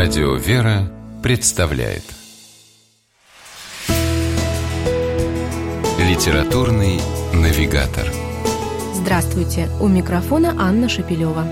Радио «Вера» представляет Литературный навигатор. Здравствуйте! У микрофона Анна Шапилева.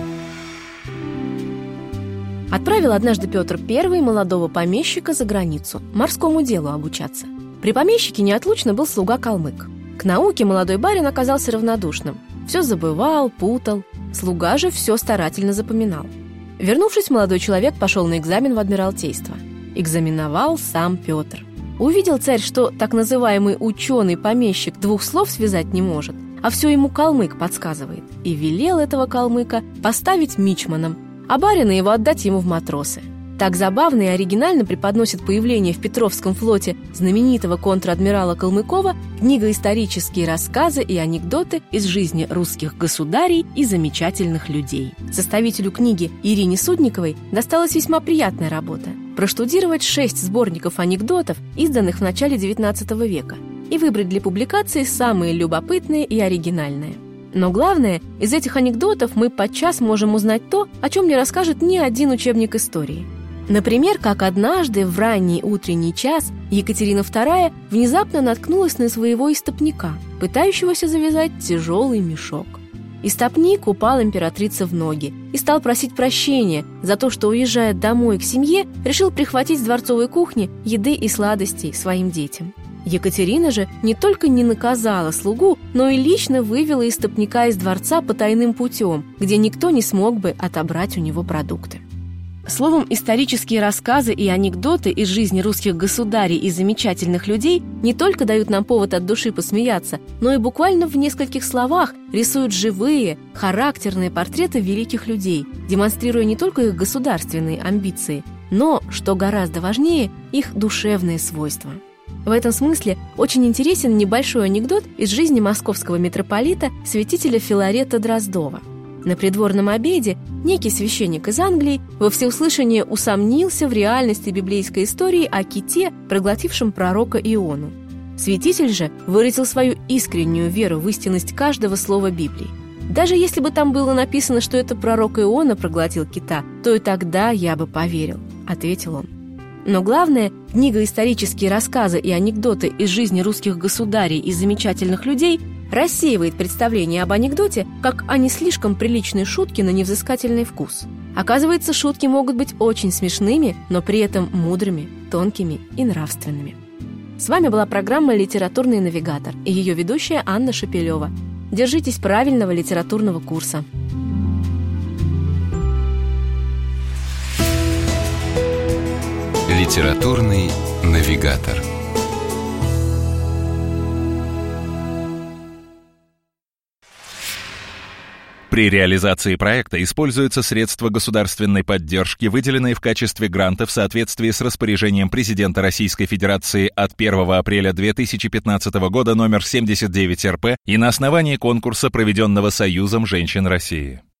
Отправил однажды Петр I молодого помещика за границу морскому делу обучаться. При помещике неотлучно был слуга-калмык. К науке молодой барин оказался равнодушным. Все забывал, путал. Слуга же все старательно запоминал. Вернувшись, молодой человек пошел на экзамен в Адмиралтейство. Экзаменовал сам Петр. Увидел царь, что так называемый ученый-помещик двух слов связать не может, а все ему калмык подсказывает, и велел этого калмыка поставить мичманом, а барина его отдать ему в матросы. Так забавно и оригинально преподносит появление в Петровском флоте знаменитого контр-адмирала Калмыкова книга «Исторические рассказы и анекдоты из жизни русских государей и замечательных людей». Составителю книги Ирине Судниковой досталась весьма приятная работа – проштудировать 6 сборников анекдотов, изданных в начале XIX века, и выбрать для публикации самые любопытные и оригинальные. Но главное, из этих анекдотов мы подчас можем узнать то, о чем не расскажет ни один учебник истории. Например, как однажды в ранний утренний час Екатерина II внезапно наткнулась на своего истопника, пытающегося завязать тяжелый мешок. Истопник упал императрице в ноги и стал просить прощения за то, что, уезжая домой к семье, решил прихватить с дворцовой кухни еды и сладостей своим детям. Екатерина же не только не наказала слугу, но и лично вывела истопника из дворца потайным путем, где никто не смог бы отобрать у него продукты. Словом, исторические рассказы и анекдоты из жизни русских государей и замечательных людей не только дают нам повод от души посмеяться, но и буквально в нескольких словах рисуют живые, характерные портреты великих людей, демонстрируя не только их государственные амбиции, но, что гораздо важнее, их душевные свойства. В этом смысле очень интересен небольшой анекдот из жизни московского митрополита святителя Филарета Дроздова. На придворном обеде некий священник из Англии во всеуслышание усомнился в реальности библейской истории о ките, проглотившем пророка Иону. Святитель же выразил свою искреннюю веру в истинность каждого слова Библии. «Даже если бы там было написано, что это пророк Иона проглотил кита, то и тогда я бы поверил», — ответил он. Но главное, книга «Исторические рассказы и анекдоты из жизни русских государей и замечательных людей» рассеивает представление об анекдоте как о не слишком приличной шутке на невзыскательный вкус. Оказывается, шутки могут быть очень смешными, но при этом мудрыми, тонкими и нравственными. С вами была программа «Литературный навигатор» и ее ведущая Анна Шапилева. Держитесь правильного литературного курса. Литературный навигатор. При реализации проекта используются средства государственной поддержки, выделенные в качестве гранта в соответствии с распоряжением президента Российской Федерации от 1 апреля 2015 года номер 79 РП и на основании конкурса, проведенного Союзом женщин России.